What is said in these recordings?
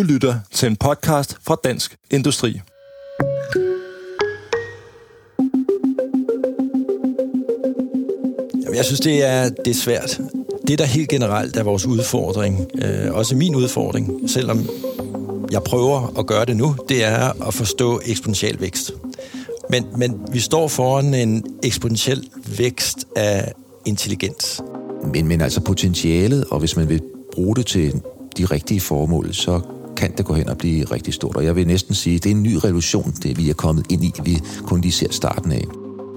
lytter til en podcast fra Dansk Industri. Jeg synes, det er svært. Det, der helt generelt er vores udfordring, også min udfordring, selvom jeg prøver at gøre det nu, det er at forstå eksponentiel vækst. Men vi står foran en eksponentiel vækst af intelligens. Men altså potentialet, og hvis man vil bruge det til de rigtige formål, så kan det gå hen og blive rigtig stort. Og jeg vil næsten sige, at det er en ny revolution, det vi er kommet ind i, vi kun lige ser starten af.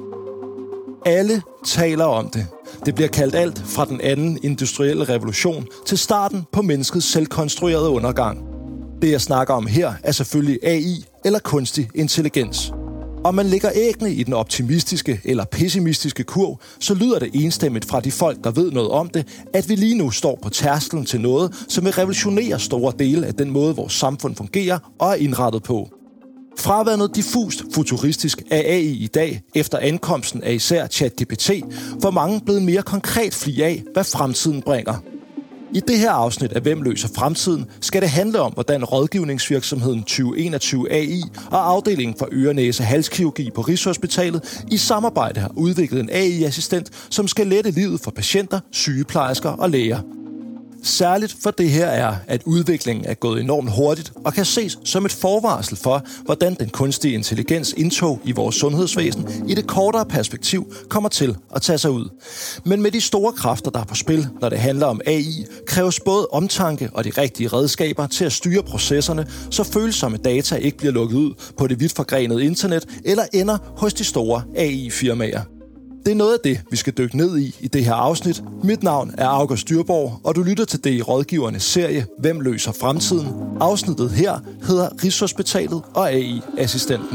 Alle taler om det. Det bliver kaldt alt fra den anden industrielle revolution til starten på menneskets selvkonstruerede undergang. Det jeg snakker om her er selvfølgelig AI eller kunstig intelligens. Om man lægger æggene i den optimistiske eller pessimistiske kurv, så lyder det enstemmigt fra de folk, der ved noget om det, at vi lige nu står på tærsklen til noget, som vil revolutionere store dele af den måde, vores samfund fungerer og er indrettet på. Fra at være noget diffust futuristisk er AI i dag, efter ankomsten af især ChatGPT, for mange blevet mere konkret fli af, hvad fremtiden bringer. I det her afsnit af Hvem løser fremtiden skal det handle om, hvordan rådgivningsvirksomheden 2021 AI og afdelingen for øre-næse-halskirurgi på Rigshospitalet i samarbejde har udviklet en AI-assistent, som skal lette livet for patienter, sygeplejersker og læger. Særligt for det her er, at udviklingen er gået enormt hurtigt og kan ses som et forvarsel for, hvordan den kunstige intelligens indtog i vores sundhedsvæsen i det kortere perspektiv kommer til at tage sig ud. Men med de store kræfter, der er på spil, når det handler om AI, kræves både omtanke og de rigtige redskaber til at styre processerne, så følsomme data ikke bliver lukket ud på det vidt forgrenede internet eller ender hos de store AI-firmaer. Det er noget af det, vi skal dykke ned i det her afsnit. Mit navn er August Dyrborg, og du lytter til det i rådgivernes serie Hvem løser fremtiden? Afsnittet her hedder Rigshospitalet og AI-assistenten.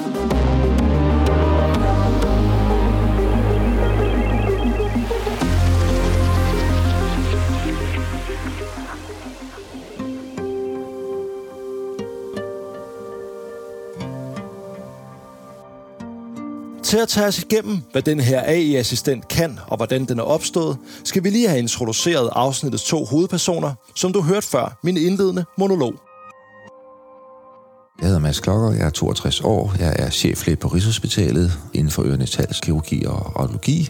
Til at tage os igennem, hvad den her AI-assistent kan og hvordan den er opstået, skal vi lige have introduceret afsnittets 2 hovedpersoner, som du hørte før min indledende monolog. Jeg hedder Mads Klokker, jeg er 62 år, jeg er cheflæge på Rigshospitalet inden for øre-næse-halskirurgi og audiologi.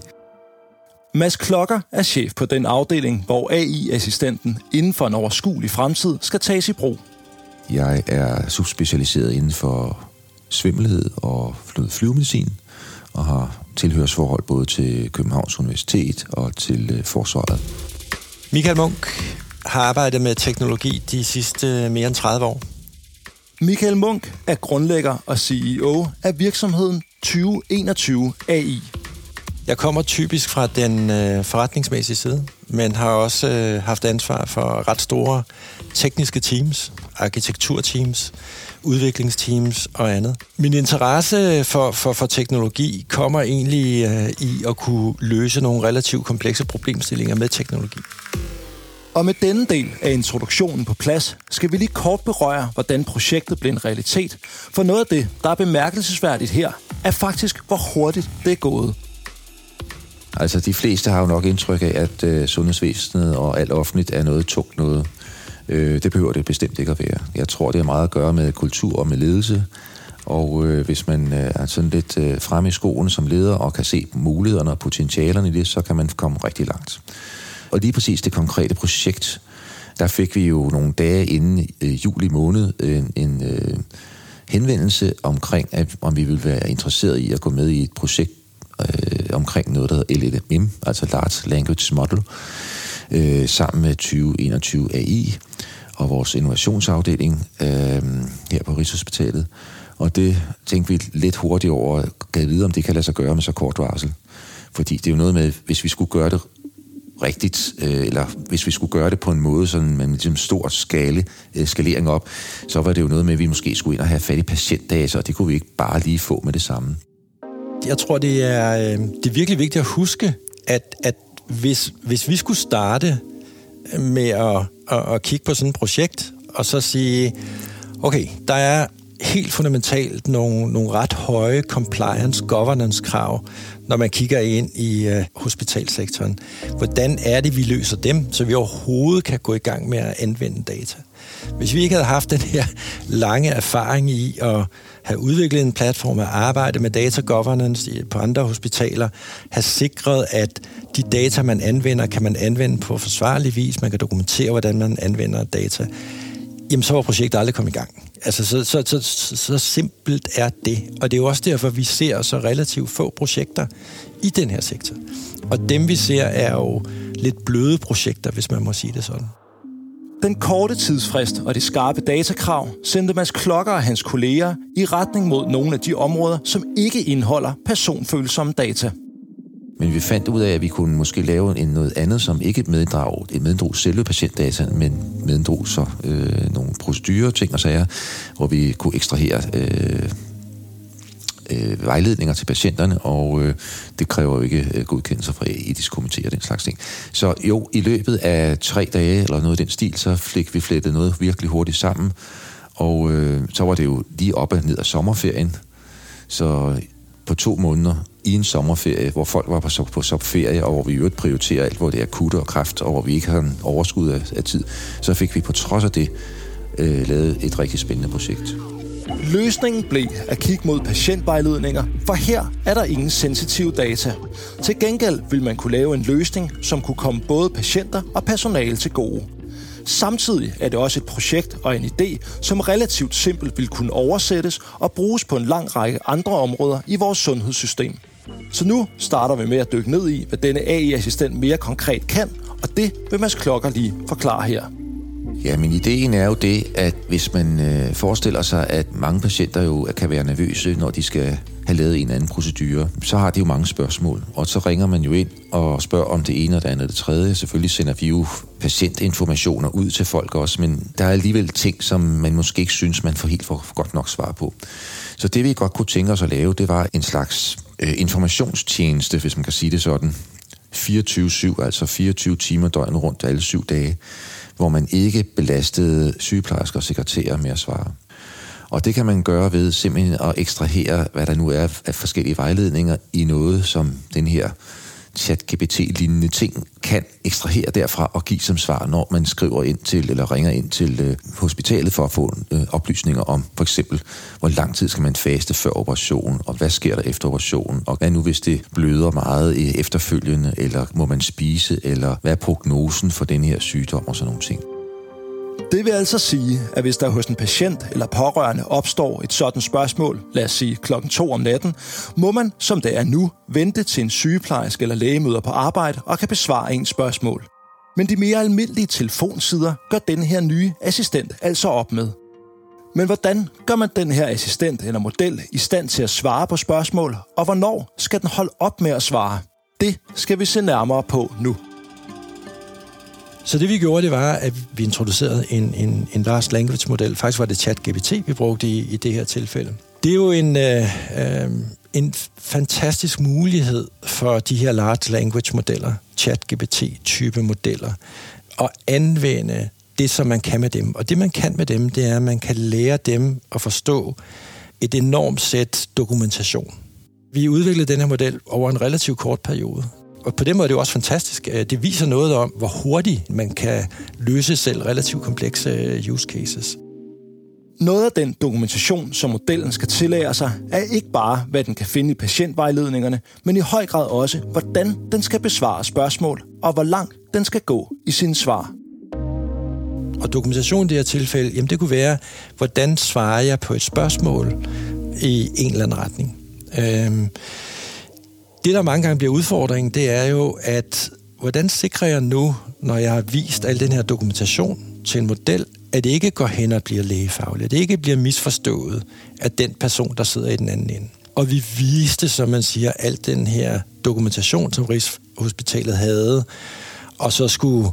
Mads Klokker er chef på den afdeling, hvor AI-assistenten inden for en overskuelig fremtid skal tages i brug. Jeg er subspecialiseret inden for svimmelhed og flyvemedicin, og har tilhørsforhold både til Københavns Universitet og til Forsvaret. Michael Munk har arbejdet med teknologi de sidste mere end 30 år. Michael Munk er grundlægger og CEO af virksomheden 2021 AI. Jeg kommer typisk fra den forretningsmæssige side, men har også haft ansvar for ret store tekniske teams, arkitekturteams, udviklingsteams og andet. Min interesse for teknologi kommer egentlig i at kunne løse nogle relativt komplekse problemstillinger med teknologi. Og med denne del af introduktionen på plads, skal vi lige kort berøre, hvordan projektet blev en realitet. For noget af det, der er bemærkelsesværdigt her, er faktisk, hvor hurtigt det er gået. Altså, de fleste har jo nok indtryk af, at sundhedsvæsenet og alt offentligt er noget tungt noget. Det behøver det bestemt ikke at være. Jeg tror, det har meget at gøre med kultur og med ledelse. Og hvis man er sådan lidt fremme i skoene som leder og kan se mulighederne og potentialerne i det, så kan man komme rigtig langt. Og lige præcis det konkrete projekt, der fik vi jo nogle dage inden juli måned en henvendelse omkring, om vi ville være interesseret i at gå med i et projekt omkring noget, der hedder LLM, altså Large Language Model, sammen med 2021 AI og vores innovationsafdeling her på Rigshospitalet. Og det tænkte vi lidt hurtigt over, gav vide, om det kan lade sig gøre med så kort varsel. Fordi det er jo noget med, hvis vi skulle gøre det rigtigt, eller hvis vi skulle gøre det på en måde, sådan med en stor skalering op, så var det jo noget med, at vi måske skulle ind og have fat i patientdata, og det kunne vi ikke bare lige få med det samme. Jeg tror, det er virkelig vigtigt at huske, at hvis vi skulle starte med at kigge på sådan et projekt, og så sige, okay, der er helt fundamentalt nogle ret høje compliance, governance-krav, når man kigger ind i hospitalsektoren. Hvordan er det, vi løser dem, så vi overhovedet kan gå i gang med at anvende data? Hvis vi ikke havde haft den her lange erfaring i at have udviklet en platform, at arbejde med data governance på andre hospitaler, have sikret, at de data, man anvender, kan man anvende på forsvarlig vis, man kan dokumentere, hvordan man anvender data, jamen så var projektet aldrig kommet i gang. Altså, så simpelt er det. Og det er jo også derfor, vi ser så relativt få projekter i den her sektor. Og dem, vi ser, er jo lidt bløde projekter, hvis man må sige det sådan. Den korte tidsfrist og de skarpe datakrav sendte Mads Klokker og hans kolleger i retning mod nogle af de områder, som ikke indeholder personfølsomme data. Men vi fandt ud af, at vi kunne måske lave noget andet, som ikke meddrog selve patientdata, men meddrog så nogle procedurer, ting og sager, hvor vi kunne ekstrahere vejledninger til patienterne, og det kræver jo ikke godkendelser fra etisk komité og den slags ting. Så jo, i løbet af 3 dage, eller noget af den stil, så fik vi flettet noget virkelig hurtigt sammen, og så var det jo lige op og ned af sommerferien, så på 2 måneder i en sommerferie, hvor folk var på ferie, og hvor vi jo ikke prioriterer alt, hvor det er akutte og kræft, og hvor vi ikke har en overskud af tid, så fik vi på trods af det lavet et rigtig spændende projekt. Løsningen blev at kigge mod patientvejledninger, for her er der ingen sensitive data. Til gengæld vil man kunne lave en løsning, som kunne komme både patienter og personale til gode. Samtidig er det også et projekt og en idé, som relativt simpelt vil kunne oversættes og bruges på en lang række andre områder i vores sundhedssystem. Så nu starter vi med at dykke ned i, hvad denne AI-assistent mere konkret kan, og det vil Mads Klokker lige forklare her. Ja, men ideen er jo det, at hvis man forestiller sig, at mange patienter jo kan være nervøse, når de skal have lavet en anden procedure, så har de jo mange spørgsmål. Og så ringer man jo ind og spørger om det ene og det andet og det tredje. Selvfølgelig sender vi jo patientinformationer ud til folk også, men der er alligevel ting, som man måske ikke synes, man får godt nok svar på. Så det vi godt kunne tænke os at lave, det var en slags informationstjeneste, hvis man kan sige det sådan. 24/7, altså 24 timer døgnet rundt alle 7 dage, hvor man ikke belastede sygeplejersker og sekretærer med at svare. Og det kan man gøre ved simpelthen at ekstrahere, hvad der nu er af forskellige vejledninger i noget, som den her ChatGPT-lignende ting kan ekstrahere derfra og give som svar, når man skriver ind til eller ringer ind til hospitalet for at få oplysninger om for eksempel, hvor lang tid skal man faste før operation, og hvad sker der efter operationen, og hvad nu hvis det bløder meget efterfølgende, eller må man spise, eller hvad er prognosen for den her sygdom og sådan nogle ting. Det vil altså sige, at hvis der hos en patient eller pårørende opstår et sådan spørgsmål, lad os sige 2:00 om natten, må man, som det er nu, vente til en sygeplejerske eller læge møder på arbejde og kan besvare ens spørgsmål. Men de mere almindelige telefonsider gør den her nye assistent altså op med. Men hvordan gør man den her assistent eller model i stand til at svare på spørgsmål, og hvornår skal den holde op med at svare? Det skal vi se nærmere på nu. Så det vi gjorde, det var, at vi introducerede en large language model. Faktisk var det ChatGPT, vi brugte i det her tilfælde. Det er jo en fantastisk mulighed for de her large language modeller, ChatGPT-type modeller, at anvende det, som man kan med dem. Og det, man kan med dem, det er, at man kan lære dem at forstå et enormt sæt dokumentation. Vi udviklede den her model over en relativt kort periode. Og på den måde er det jo også fantastisk. Det viser noget om, hvor hurtigt man kan løse selv relativt komplekse use cases. Noget af den dokumentation, som modellen skal tillære sig, er ikke bare, hvad den kan finde i patientvejledningerne, men i høj grad også, hvordan den skal besvare spørgsmål, og hvor langt den skal gå i sine svar. Og dokumentation i det her tilfælde, jamen det kunne være, hvordan svarer jeg på et spørgsmål i en eller anden retning. Det, der mange gange bliver udfordringen, det er jo, at hvordan sikrer jeg nu, når jeg har vist al den her dokumentation til en model, at det ikke går hen og bliver lægefagligt, at det ikke bliver misforstået af den person, der sidder i den anden ende. Og vi viste, som man siger, al den her dokumentation, som Rigshospitalet havde, og så skulle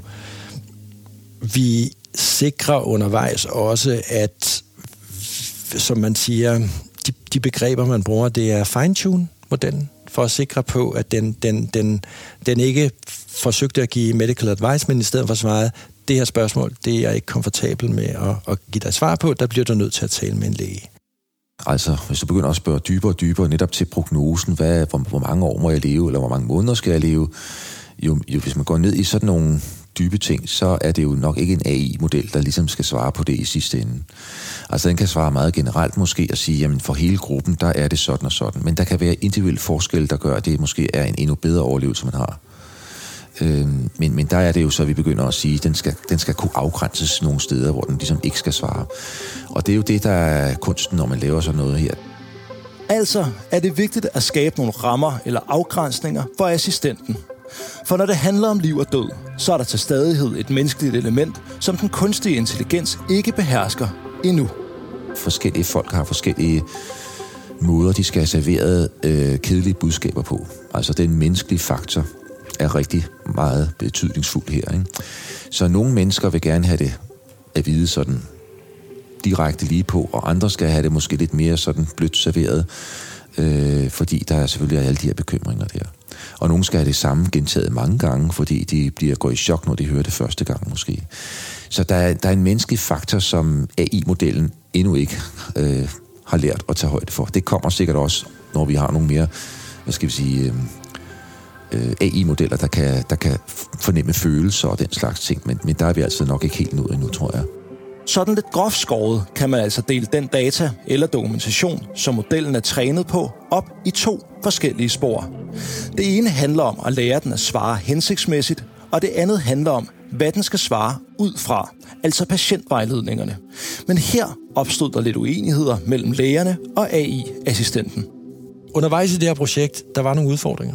vi sikre undervejs også, at, som man siger, de begreber, man bruger, det er fine-tune-modellen, for at sikre på, at den ikke forsøgte at give medical advice, men i stedet for svaret, det her spørgsmål, det er jeg ikke komfortabel med at give dig svar på, der bliver du nødt til at tale med en læge. Altså, hvis du begynder at spørge dybere og dybere netop til prognosen, hvor mange år må jeg leve, eller hvor mange måneder skal jeg leve, jo hvis man går ned i sådan nogle dybe ting, så er det jo nok ikke en AI-model, der ligesom skal svare på det i sidste ende. Altså den kan svare meget generelt måske og sige, jamen for hele gruppen, der er det sådan og sådan. Men der kan være individuelle forskelle, der gør, at det måske er en endnu bedre overlevelse, man har. Men der er det jo så, at vi begynder at sige, at den skal kunne afgrænses nogle steder, hvor den ligesom ikke skal svare. Og det er jo det, der er kunsten, når man laver sådan noget her. Altså er det vigtigt at skabe nogle rammer eller afgrænsninger for assistenten. For når det handler om liv og død, så er der til stadighed et menneskeligt element, som den kunstige intelligens ikke behersker endnu. Forskellige folk har forskellige måder, de skal have serveret kedelige budskaber på. Altså den menneskelige faktor er rigtig meget betydningsfuld her, ikke? Så nogle mennesker vil gerne have det at vide sådan direkte lige på, og andre skal have det måske lidt mere sådan blødt serveret, fordi der er selvfølgelig alle de her bekymringer der. Og nogle skal have det samme gentaget mange gange, fordi de bliver gået i chok, når de hører det første gang måske. Så der er en menneskelig faktor, som AI-modellen endnu ikke har lært at tage højde for. Det kommer sikkert også, når vi har nogle mere, AI-modeller, der kan fornemme følelser og den slags ting, men der er vi altså nok ikke helt nået endnu, tror jeg. Sådan lidt groft skåret kan man altså dele den data eller dokumentation, som modellen er trænet på, op i 2 forskellige spor. Det ene handler om at lære den at svare hensigtsmæssigt, og det andet handler om, hvad den skal svare ud fra, altså patientvejledningerne. Men her opstod der lidt uenigheder mellem lægerne og AI-assistenten. Undervejs i det her projekt, der var nogle udfordringer.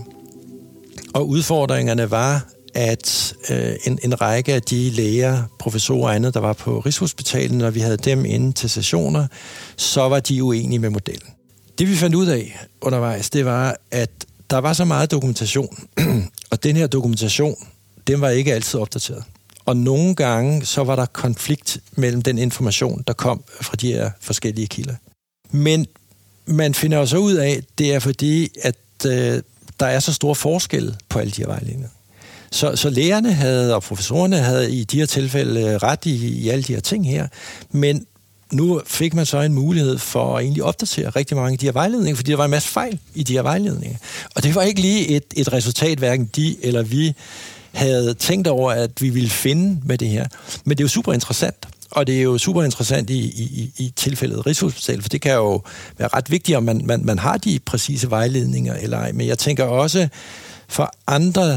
Og udfordringerne var, at en række af de læger, professorer og andet, der var på Rigshospitalet, når vi havde dem inde til sessioner, så var de uenige med modellen. Det vi fandt ud af undervejs, det var, at der var så meget dokumentation, og den her dokumentation, den var ikke altid opdateret. Og nogle gange, så var der konflikt mellem den information, der kom fra de her forskellige kilder. Men man finder jo så ud af, det er fordi, at der er så stor forskel på alle de her vejledninger. Så lægerne havde, og professorerne havde i de her tilfælde ret i alle de her ting her, men nu fik man så en mulighed for at egentlig opdatere rigtig mange af de her vejledninger, fordi der var en masse fejl i de her vejledninger. Og det var ikke lige et resultat, hverken de eller vi havde tænkt over, at vi ville finde med det her. Men det er jo super interessant, og det er jo super interessant i tilfældet Rigshospitalet, for det kan jo være ret vigtigt, om man har de præcise vejledninger eller ej. Men jeg tænker også for andre,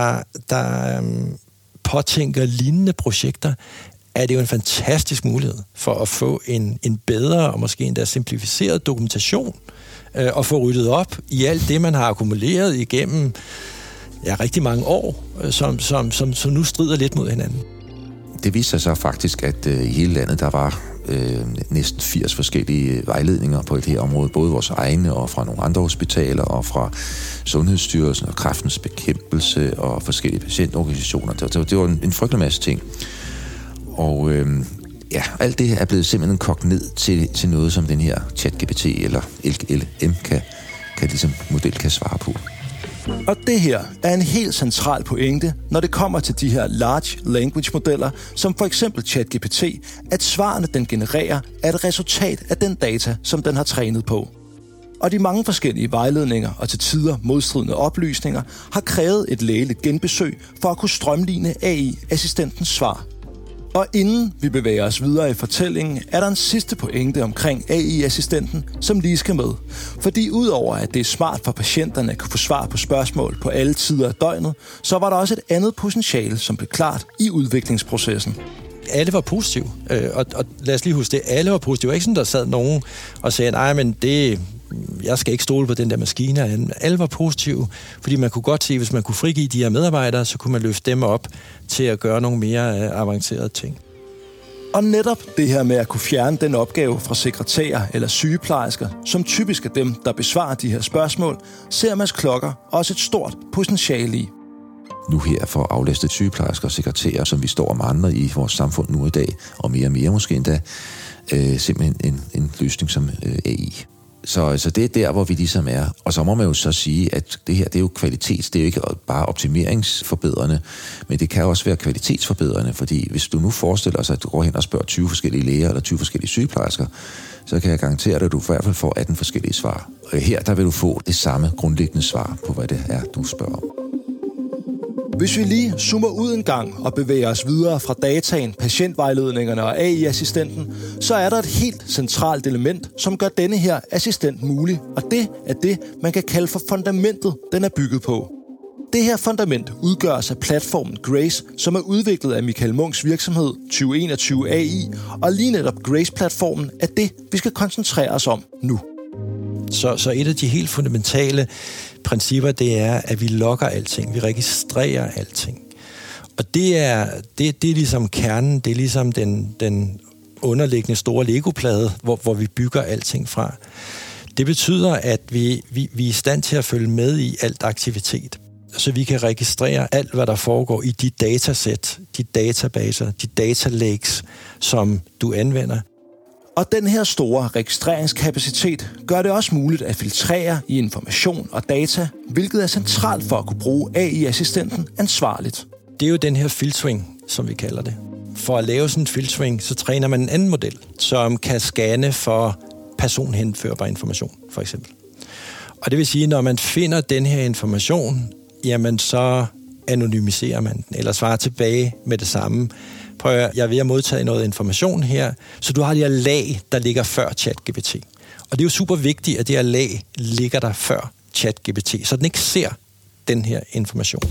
der påtænker lignende projekter, er det jo en fantastisk mulighed for at få en bedre og måske endda simplificeret dokumentation og få ryddet op i alt det, man har akkumuleret igennem rigtig mange år, som nu strider lidt mod hinanden. Det viste sig så faktisk, at i hele landet, der var næsten 80 forskellige vejledninger på det her område, både vores egne og fra nogle andre hospitaler og fra Sundhedsstyrelsen og Kræftens Bekæmpelse og forskellige patientorganisationer. Det var en frygtelig masse ting. Og alt det er blevet simpelthen kogt ned til noget, som den her ChatGPT eller LLM model kan svare på. Og det her er en helt central pointe, når det kommer til de her large language modeller, som for eksempel ChatGPT, at svarene, den genererer, er et resultat af den data, som den har trænet på. Og de mange forskellige vejledninger og til tider modstridende oplysninger har krævet et lægeligt genbesøg for at kunne strømline AI-assistentens svar. Og inden vi bevæger os videre i fortællingen, er der en sidste pointe omkring AI-assistenten, som lige skal med. Fordi udover at det er smart for patienterne at kunne få svar på spørgsmål på alle tider af døgnet, så var der også et andet potentiale, som blev klart i udviklingsprocessen. Alle var positive, og lad os lige huske det, alle var positive. Ikke sådan, der sad nogen og sagde, nej, men jeg skal ikke stole på den der maskine. Alle var positive, fordi man kunne godt se, hvis man kunne frigive de her medarbejdere, så kunne man løfte dem op til at gøre nogle mere avancerede ting. Og netop det her med at kunne fjerne den opgave fra sekretærer eller sygeplejersker, som typisk er dem, der besvarer de her spørgsmål, ser Mads Klokker også et stort potentiale i. Nu her for at aflaste sygeplejersker og sekretærer, som vi står om andre i vores samfund nu i dag, og mere måske endda, simpelthen en løsning som AI. Så det er der, hvor vi ligesom er. Og så må man jo så sige, at det her, det er jo kvalitets. Det er jo ikke bare optimeringsforbedrende, men det kan også være kvalitetsforbedrende, fordi hvis du nu forestiller sig, at du går hen og spørger 20 forskellige læger eller 20 forskellige sygeplejersker, så kan jeg garantere dig, at du i hvert fald får 18 forskellige svar. Og her, der vil du få det samme grundlæggende svar på, hvad det er, du spørger om. Hvis vi lige zoomer ud en gang og bevæger os videre fra dataen, patientvejledningerne og AI-assistenten, så er der et helt centralt element, som gør denne her assistent mulig, og det er det, man kan kalde for fundamentet, den er bygget på. Det her fundament udgøres af platformen Grace, som er udviklet af Michael Munks virksomhed 2021 AI, og lige netop Grace-platformen er det, vi skal koncentrere os om nu. Så et af de helt fundamentale principper, det er, at vi logger alting, vi registrerer alting. Og det er ligesom kernen, det er ligesom den underliggende store Lego-plade, hvor vi bygger alting fra. Det betyder, at vi er i stand til at følge med i alt aktivitet, så vi kan registrere alt, hvad der foregår i de datasæt, de databaser, de data lakes, som du anvender. Og den her store registreringskapacitet gør det også muligt at filtrere i information og data, hvilket er centralt for at kunne bruge AI-assistenten ansvarligt. Det er jo den her filtering, som vi kalder det. For at lave sådan en filtering, så træner man en anden model, som kan scanne for personhenførbar information, for eksempel. Og det vil sige, når man finder den her information, jamen så anonymiserer man den, eller svarer tilbage med det samme. Prøv at, jeg er ved at modtage noget information her, så du har de her lag, der ligger før ChatGPT. Og det er jo super vigtigt, at det her lag ligger der før ChatGPT, så den ikke ser den her information.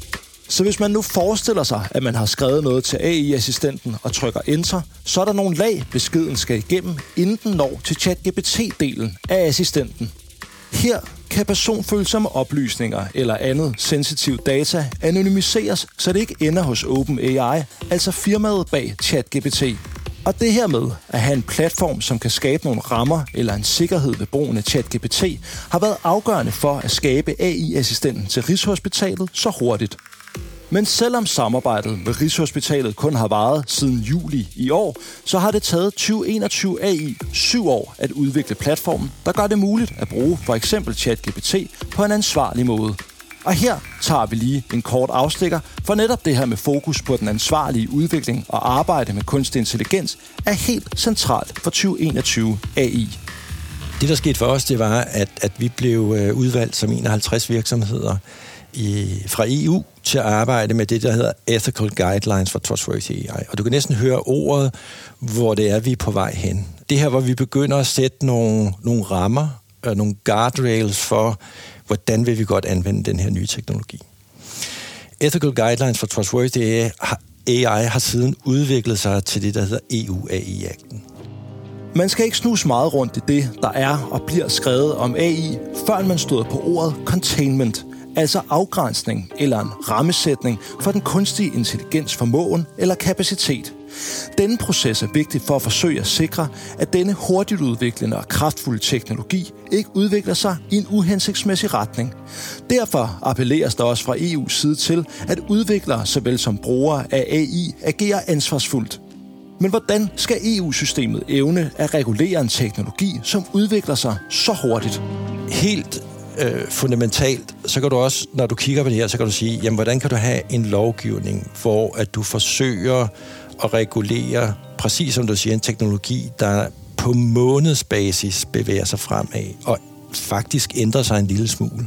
Så hvis man nu forestiller sig, at man har skrevet noget til AI-assistenten og trykker Enter, så er der nogle lag, beskeden skal igennem, inden den når til ChatGPT-delen af assistenten. Her kan personfølsomme oplysninger eller andet sensitiv data anonymiseres, så det ikke ender hos OpenAI, altså firmaet bag ChatGPT. Og det her med at have en platform, som kan skabe nogle rammer eller en sikkerhed ved brugen af ChatGPT, har været afgørende for at skabe AI-assistenten til Rigshospitalet så hurtigt. Men selvom samarbejdet med Rigshospitalet kun har varet siden juli i år, så har det taget 2021 AI 7 år at udvikle platformen, der gør det muligt at bruge for eksempel ChatGPT på en ansvarlig måde. Og her tager vi lige en kort afstikker, for netop det her med fokus på den ansvarlige udvikling og arbejde med kunstig intelligens er helt centralt for 2021 AI. Det, der skete for os, det var, at vi blev udvalgt som 51 virksomheder fra EU til at arbejde med det, der hedder Ethical Guidelines for Trustworthy AI. Og du kan næsten høre ordet, hvor det er, vi er på vej hen. Det her, hvor vi begynder at sætte nogle rammer, nogle guardrails for, hvordan vil vi godt anvende den her nye teknologi. Ethical Guidelines for Trustworthy AI har siden udviklet sig til det, der hedder EU-AI-akten. Man skal ikke snuse meget rundt i det, der er og bliver skrevet om AI, før man støder på ordet containment, altså afgrænsning eller en rammesætning for den kunstige intelligens formåen eller kapacitet. Denne proces er vigtig for at forsøge at sikre, at denne hurtigt udviklende og kraftfulde teknologi ikke udvikler sig i en uhensigtsmæssig retning. Derfor appelleres der også fra EU's side til, at udviklere såvel som brugere af AI agerer ansvarsfuldt. Men hvordan skal EU-systemet evne at regulere en teknologi, som udvikler sig så hurtigt? Helt fundamentalt, så kan du også, når du kigger på det her, så kan du sige, jamen hvordan kan du have en lovgivning, hvor at du forsøger at regulere, præcis som du siger, en teknologi, der på månedsbasis bevæger sig fremad, og faktisk ændrer sig en lille smule.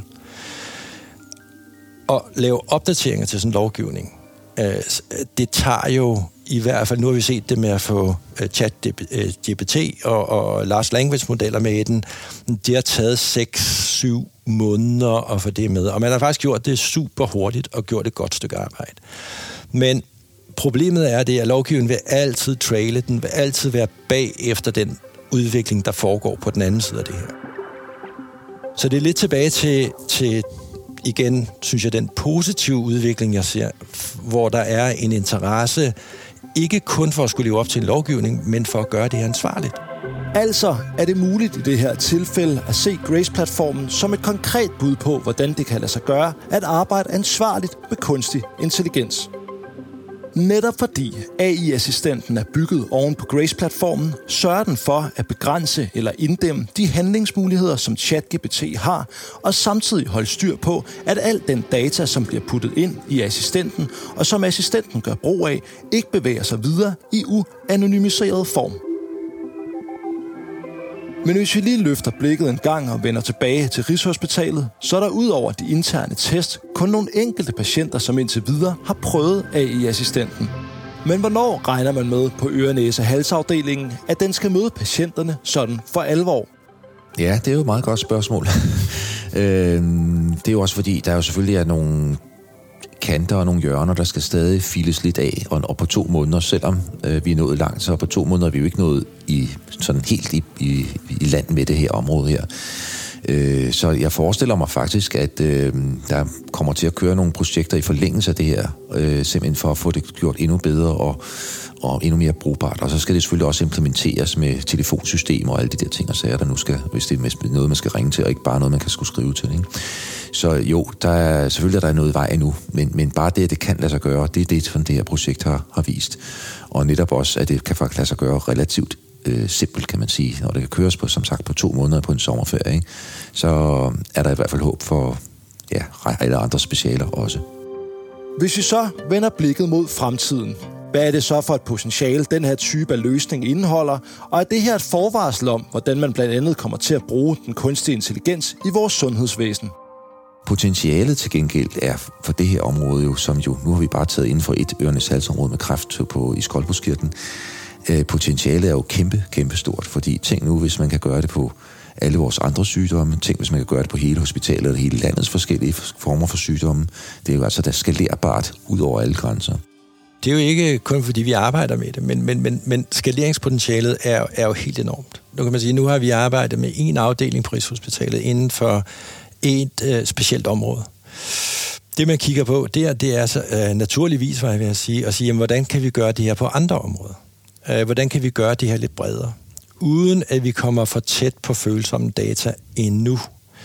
Og lave opdateringer til sådan en lovgivning, det tager jo i hvert fald, nu har vi set det med at få ChatGPT og large language modeller med i den, det har taget 6-7 måneder at få det med. Og man har faktisk gjort det super hurtigt og gjort et godt stykke arbejde. Men problemet er det, at lovgivningen vil altid traile, den vil altid være bag efter den udvikling, der foregår på den anden side af det her. Så det er lidt tilbage til igen, synes jeg, den positive udvikling, jeg ser, hvor der er en interesse, ikke kun for at skulle leve op til en lovgivning, men for at gøre det ansvarligt. Altså er det muligt i det her tilfælde at se Grace-platformen som et konkret bud på, hvordan det kan lade sig gøre at arbejde ansvarligt med kunstig intelligens. Netop fordi AI-assistenten er bygget oven på Grace-platformen, sørger den for at begrænse eller inddæmme de handlingsmuligheder, som ChatGPT har, og samtidig holde styr på, at al den data, som bliver puttet ind i assistenten, og som assistenten gør brug af, ikke bevæger sig videre i uanonymiseret form. Men hvis vi lige løfter blikket en gang og vender tilbage til Rigshospitalet, så er der ud over de interne test kun nogle enkelte patienter, som indtil videre har prøvet AI-assistenten. Men hvornår regner man med på øre-næse-halsafdelingen, at den skal møde patienterne sådan for alvor? Ja, det er jo et meget godt spørgsmål. Det er jo også fordi, der jo selvfølgelig er nogle kanter og nogle hjørner, der skal stadig files lidt af, og på 2 måneder, selvom vi er nået langt, så på 2 måneder er vi jo ikke nået sådan helt i land med det her område her. Så jeg forestiller mig faktisk, at der kommer til at køre nogle projekter i forlængelse af det her, simpelthen for at få det gjort endnu bedre og endnu mere brugbart. Og så skal det selvfølgelig også implementeres med telefonsystemer og alle de der ting og sager, der nu skal, hvis det er noget, man skal ringe til, og ikke bare noget, man kan skulle skrive til. Ikke? Så jo, selvfølgelig er der noget vej endnu, men bare det kan lade sig gøre, det er det, som det her projekt har vist. Og netop også, at det kan faktisk lade sig gøre relativt simpelt, kan man sige, når det kan køres på, som sagt, på 2 måneder på en sommerferie, ikke? Så er der i hvert fald håb for eller andre specialer også. Hvis vi så vender blikket mod fremtiden, hvad er det så for et potentiale, den her type af løsning indeholder, og er det her et forvarsel om, hvordan man blandt andet kommer til at bruge den kunstige intelligens i vores sundhedsvæsen? Potentialet til gengæld er for det her område jo, som jo, nu har vi bare taget inden for et øre-næse-halsområde med kræft i Skoldborgskirken. Potentialet er jo kæmpe stort, fordi tænk nu, hvis man kan gøre det på alle vores andre sygdomme, tænk hvis man kan gøre det på hele hospitalet eller hele landets forskellige former for sygdomme. Det er jo altså der skalerbart ud over alle grænser. Det er jo ikke kun fordi vi arbejder med det, men skaleringspotentialet er jo helt enormt. Nu kan man sige, nu har vi arbejdet med en afdeling på Rigshospitalet inden for et specielt område. Det, man kigger på, det er så naturligvis, hvad jeg vil sige, at sige, jamen, hvordan kan vi gøre det her på andre områder? Hvordan kan vi gøre det her lidt bredere? Uden at vi kommer for tæt på følsomme data endnu.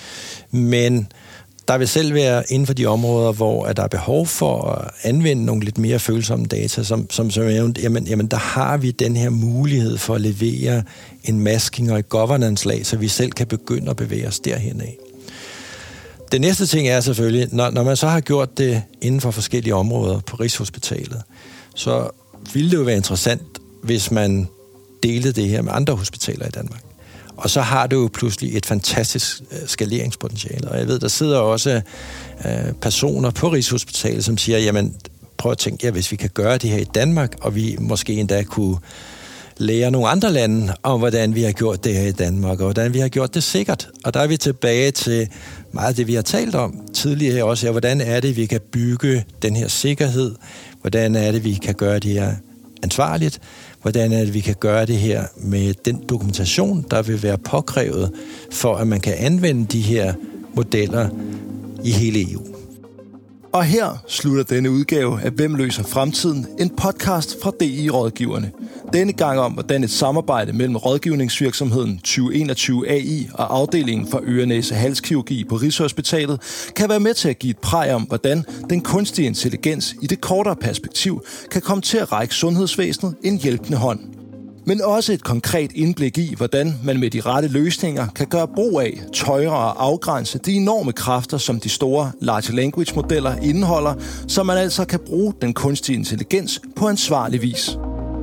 Men der vil selv være inden for de områder, hvor der er behov for at anvende nogle lidt mere følsomme data, som jamen der har vi den her mulighed for at levere en masking og et governance-lag, så vi selv kan begynde at bevæge os derhen af. Det næste ting er selvfølgelig, når man så har gjort det inden for forskellige områder på Rigshospitalet, så ville det jo være interessant, hvis man delte det her med andre hospitaler i Danmark. Og så har du jo pludselig et fantastisk skaleringspotentiale. Og jeg ved, der sidder også personer på Rigshospitalet, som siger, jamen prøv at tænke, hvis vi kan gøre det her i Danmark, og vi måske endda kunne lære nogle andre lande om, hvordan vi har gjort det her i Danmark, og hvordan vi har gjort det sikkert. Og der er vi tilbage til meget af det, vi har talt om tidligere også. Hvordan er det, vi kan bygge den her sikkerhed? Hvordan er det, vi kan gøre det her ansvarligt? Hvordan er det, vi kan gøre det her med den dokumentation, der vil være påkrævet, for at man kan anvende de her modeller i hele EU. Og her slutter denne udgave af Hvem løser fremtiden? En podcast fra DI-rådgiverne. Denne gang om, hvordan et samarbejde mellem rådgivningsvirksomheden 2021 AI og afdelingen for øre-næse-halskirurgi på Rigshospitalet kan være med til at give et præg om, hvordan den kunstige intelligens i det kortere perspektiv kan komme til at række sundhedsvæsenet en hjælpende hånd. Men også et konkret indblik i, hvordan man med de rette løsninger kan gøre brug af, tøjre og afgrænse de enorme kræfter, som de store large language modeller indeholder, så man altså kan bruge den kunstige intelligens på ansvarlig vis.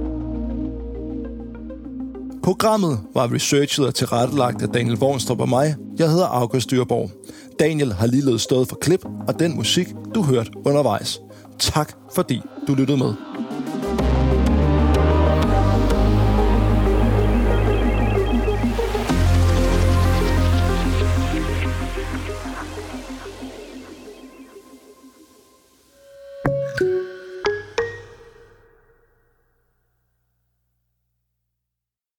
Programmet var researchet og tilrettelagt af Daniel Wormstrup og mig. Jeg hedder August Dyrborg. Daniel har ligeledes stået for klip og den musik, du hørte undervejs. Tak fordi du lyttede med.